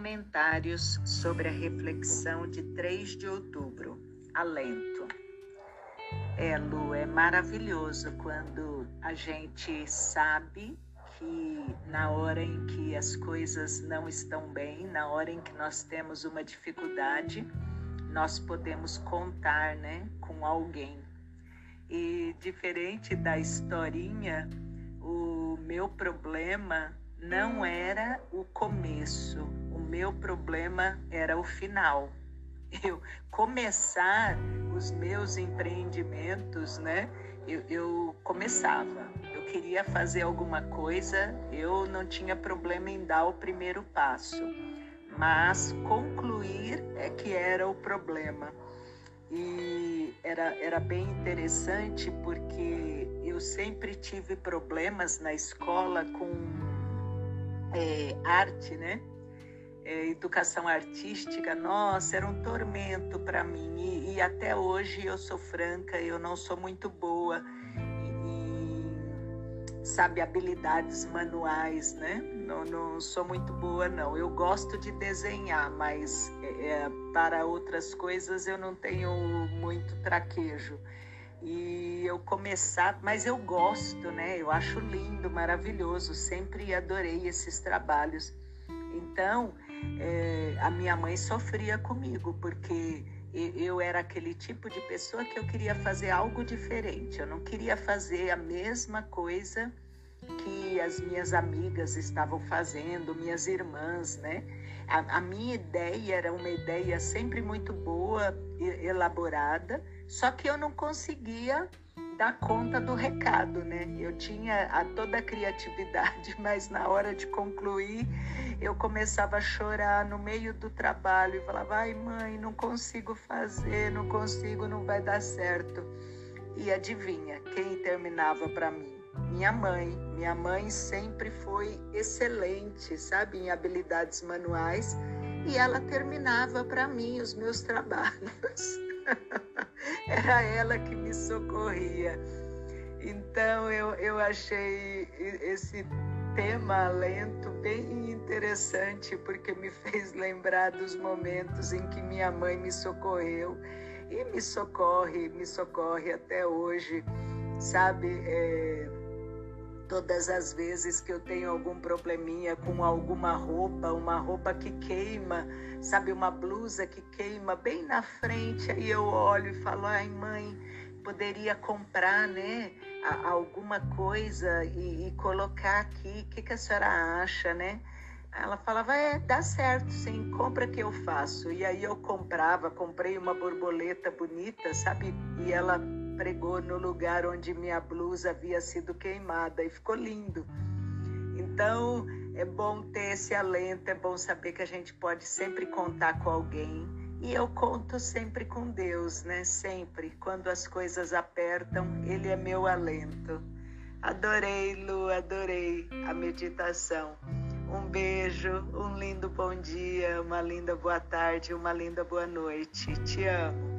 Comentários sobre a reflexão de 3 de outubro. Alento. Lu, é maravilhoso quando a gente sabe que na hora em que as coisas não estão bem, na hora em que nós temos uma dificuldade, nós podemos contar, com alguém. E diferente da historinha, o meu problema não era o começo, o meu problema era o final. Eu começar os meus empreendimentos, eu começava, eu queria fazer alguma coisa, eu não tinha problema em dar o primeiro passo, mas concluir é que era o problema. E era bem interessante porque eu sempre tive problemas na escola com arte, educação artística. Nossa, era um tormento para mim e até hoje eu sou franca, eu não sou muito boa em habilidades manuais, não sou muito boa não. Eu gosto de desenhar, mas para outras coisas eu não tenho muito traquejo. E eu começar, mas eu gosto, eu acho lindo, maravilhoso, sempre adorei esses trabalhos. Então, a minha mãe sofria comigo, porque eu era aquele tipo de pessoa que eu queria fazer algo diferente, eu não queria fazer a mesma coisa que as minhas amigas estavam fazendo, minhas irmãs, A minha ideia era uma ideia sempre muito boa, elaborada, só que eu não conseguia dar conta do recado, Eu tinha toda a criatividade, mas na hora de concluir, eu começava a chorar no meio do trabalho e falava: ai mãe, não consigo fazer, não consigo, não vai dar certo. E adivinha, quem terminava para mim? Minha mãe. Minha mãe sempre foi excelente, em habilidades manuais, e ela terminava para mim os meus trabalhos. Era ela que me socorria. Então eu achei esse tema alento bem interessante, porque me fez lembrar dos momentos em que minha mãe me socorreu e me socorre até hoje, todas as vezes que eu tenho algum probleminha com alguma roupa, uma roupa que queima, uma blusa que queima bem na frente, aí eu olho e falo: ai mãe, poderia comprar, alguma coisa e colocar aqui, o que a senhora acha, Ela falava: dá certo, sim, compra que eu faço. E aí eu comprei uma borboleta bonita, e ela pregou no lugar onde minha blusa havia sido queimada e ficou lindo. Então é bom ter esse alento, é bom saber que a gente pode sempre contar com alguém, e eu conto sempre com Deus, sempre, quando as coisas apertam, Ele é meu alento. Adorei, Lu, adorei a meditação. Um beijo, um lindo bom dia, uma linda boa tarde, uma linda boa noite. Te amo.